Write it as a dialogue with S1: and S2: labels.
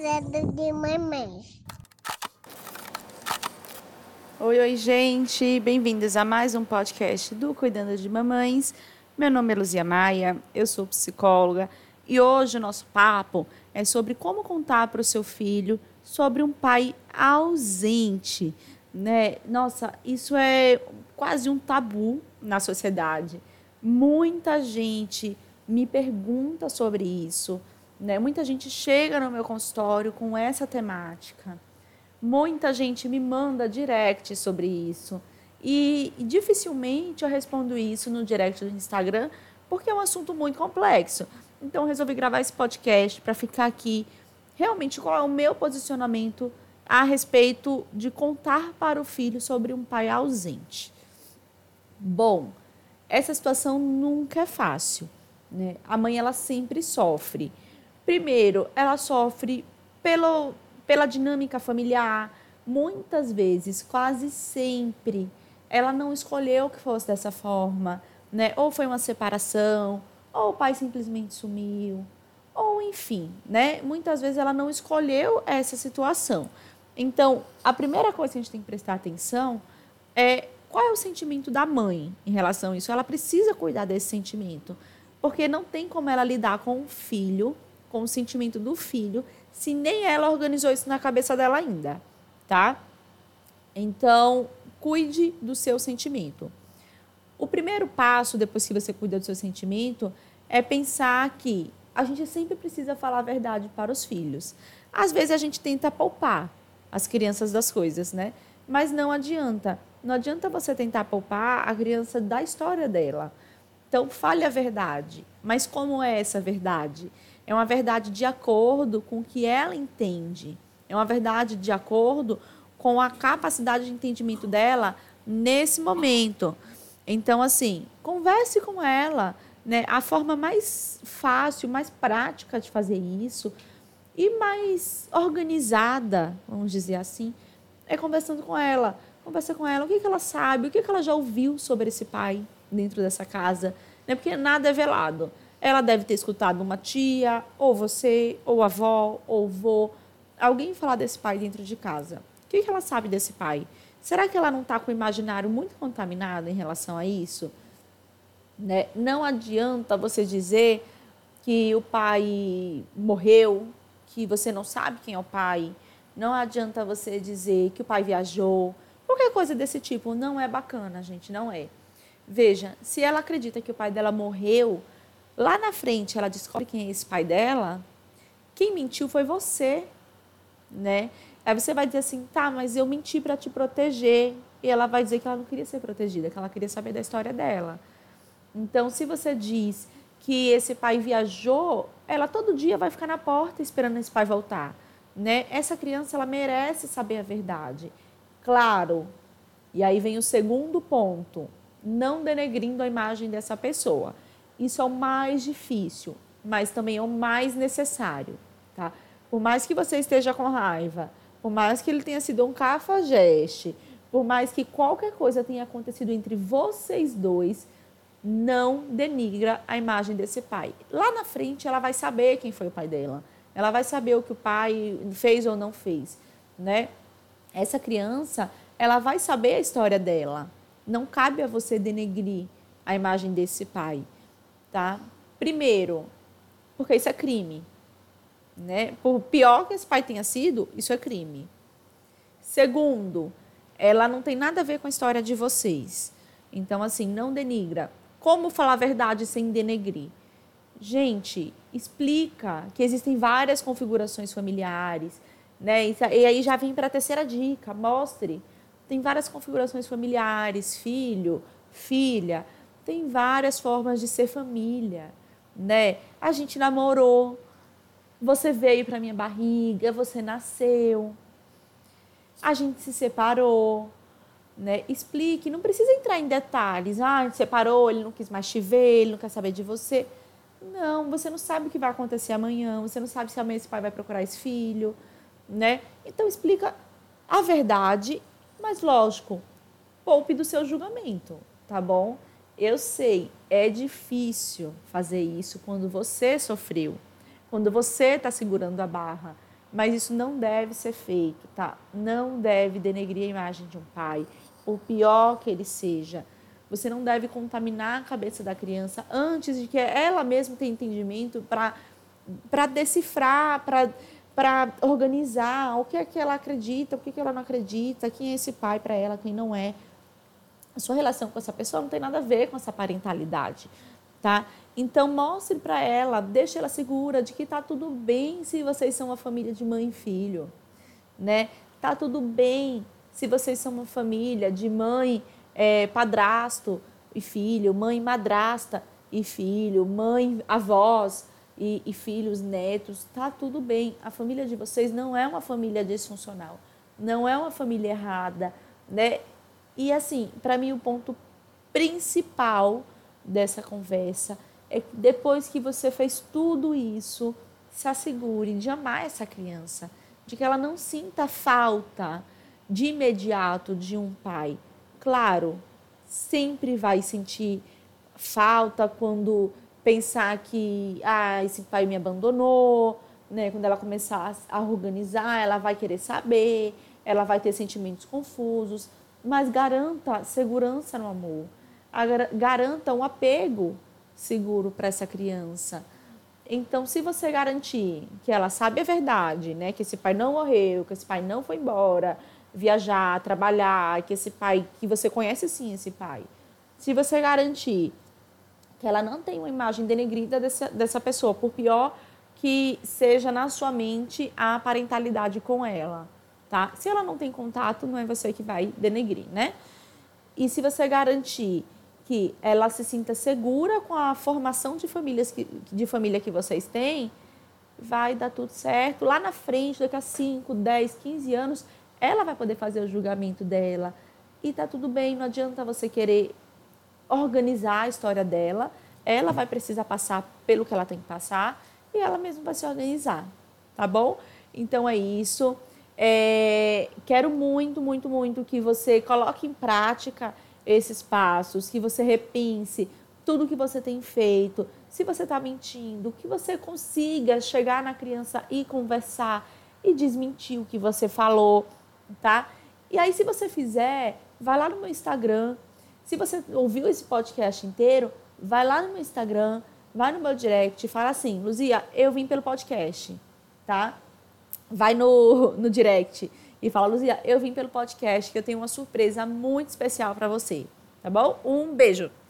S1: Cuidando de mamães.
S2: Oi, gente, bem-vindos a mais um podcast do Cuidando de Mamães. Meu nome é Luzia Maia, eu sou psicóloga e hoje o nosso papo é sobre como contar para o seu filho sobre um pai ausente, né? Nossa, isso é quase um tabu na sociedade. Muita gente me pergunta sobre isso, né? Muita gente chega no meu consultório com essa temática. Muita gente me manda direct sobre isso. E dificilmente eu respondo isso no direct do Instagram, porque é um assunto muito complexo. Então, eu resolvi gravar esse podcast para ficar aqui realmente qual é o meu posicionamento a respeito de contar para o filho sobre um pai ausente. Bom, essa situação nunca é fácil, né? A mãe, ela sempre sofre. Primeiro, ela sofre pela dinâmica familiar. Muitas vezes, quase sempre, ela não escolheu que fosse dessa forma, né? Ou foi uma separação, ou o pai simplesmente sumiu, ou enfim, né? Muitas vezes ela não escolheu essa situação. Então, a primeira coisa que a gente tem que prestar atenção é qual é o sentimento da mãe em relação a isso. Ela precisa cuidar desse sentimento, porque não tem como ela lidar com o filho, com o sentimento do filho, se nem ela organizou isso na cabeça dela ainda, tá? Então, cuide do seu sentimento. O primeiro passo, depois que você cuida do seu sentimento, é pensar que a gente sempre precisa falar a verdade para os filhos. Às vezes a gente tenta poupar as crianças das coisas, né? Mas não adianta. Não adianta você tentar poupar a criança da história dela. Então, fale a verdade. Mas como é essa verdade? É uma verdade de acordo com o que ela entende. É uma verdade de acordo com a capacidade de entendimento dela nesse momento. Então, assim, converse com ela, né? A forma mais fácil, mais prática de fazer isso e mais organizada, vamos dizer assim, é conversando com ela. Conversa com ela, o que ela sabe, o que ela já ouviu sobre esse pai dentro dessa casa, né? Porque nada é velado. Ela deve ter escutado uma tia, ou você, ou a avó, ou o vô, alguém falar desse pai dentro de casa. O que ela sabe desse pai? Será que ela não está com o imaginário muito contaminado em relação a isso? Né? Não adianta você dizer que o pai morreu, que você não sabe quem é o pai. Não adianta você dizer que o pai viajou. Qualquer coisa desse tipo não é bacana, gente, não é. Veja, se ela acredita que o pai dela morreu, lá na frente ela descobre quem é esse pai dela, quem mentiu foi você, né? Aí você vai dizer assim, tá, mas eu menti para te proteger. E ela vai dizer que ela não queria ser protegida, que ela queria saber da história dela. Então, se você diz que esse pai viajou, ela todo dia vai ficar na porta esperando esse pai voltar, né? Essa criança, ela merece saber a verdade. Claro, e aí vem o segundo ponto, não denegrindo a imagem dessa pessoa. Isso é o mais difícil, mas também é o mais necessário, tá? Por mais que você esteja com raiva, por mais que ele tenha sido um cafajeste, por mais que qualquer coisa tenha acontecido entre vocês dois, não denigra a imagem desse pai. Lá na frente, ela vai saber quem foi o pai dela. Ela vai saber o que o pai fez ou não fez, né? Essa criança, ela vai saber a história dela. Não cabe a você denegrir a imagem desse pai, tá? Primeiro, porque isso é crime, né? Por pior que esse pai tenha sido, isso é crime. Segundo, ela não tem nada a ver com a história de vocês. Então, assim, não denigra. Como falar a verdade sem denegrir? Gente, explica que existem várias configurações familiares, né? E aí já vem para a terceira dica, mostre. Tem várias configurações familiares, filho, filha, tem várias formas de ser família, né? A gente namorou, você veio para minha barriga, você nasceu, a gente se separou, né? Explique, não precisa entrar em detalhes. Ah, separou, ele não quis mais te ver, ele não quer saber de você. Não, você não sabe o que vai acontecer amanhã, você não sabe se amanhã esse pai vai procurar esse filho, né? Então explica a verdade, mas lógico, poupe do seu julgamento, tá bom? Eu sei, é difícil fazer isso quando você sofreu, quando você está segurando a barra. Mas isso não deve ser feito, tá? Não deve denegrir a imagem de um pai, por pior que ele seja. Você não deve contaminar a cabeça da criança antes de que ela mesma tenha entendimento para decifrar, para organizar o que é que ela acredita, o que é que ela não acredita, quem é esse pai para ela, quem não é. A sua relação com essa pessoa não tem nada a ver com essa parentalidade, tá? Então, mostre para ela, deixe ela segura de que tá tudo bem se vocês são uma família de mãe e filho, né? Tá tudo bem se vocês são uma família de mãe, padrasto e filho, mãe madrasta e filho, mãe avós e filhos, netos, tá tudo bem. A família de vocês não é uma família disfuncional, não é uma família errada, né? E assim, para mim o ponto principal dessa conversa é que depois que você fez tudo isso, se assegure de amar essa criança, de que ela não sinta falta de imediato de um pai. Claro, sempre vai sentir falta quando pensar que esse pai me abandonou, né? Quando ela começar a organizar, ela vai querer saber, ela vai ter sentimentos confusos, mas garanta segurança no amor, garanta um apego seguro para essa criança. Então, se você garantir que ela sabe a verdade, né? Que esse pai não morreu, que esse pai não foi embora, viajar, trabalhar, que esse pai, que você conhece sim esse pai. Se você garantir que ela não tem uma imagem denegrida dessa pessoa, por pior que seja na sua mente a parentalidade com ela, tá? Se ela não tem contato, não é você que vai denegrir, né? E se você garantir que ela se sinta segura com a formação de família que vocês têm, vai dar tudo certo. Lá na frente, daqui a 5, 10, 15 anos, ela vai poder fazer o julgamento dela. E tá tudo bem, não adianta você querer organizar a história dela. Ela vai precisar passar pelo que ela tem que passar e ela mesma vai se organizar, tá bom? Então é isso. Quero muito, muito, muito que você coloque em prática esses passos, que você repense tudo que você tem feito, se você está mentindo, que você consiga chegar na criança e conversar e desmentir o que você falou, tá? E aí, se você fizer, vai lá no meu Instagram. Se você ouviu esse podcast inteiro, vai lá no meu Instagram, vai no meu direct e fala assim: Luzia, eu vim pelo podcast, tá? Vai no direct e fala: Luzia, eu vim pelo podcast, que eu tenho uma surpresa muito especial para você, tá bom? Um beijo!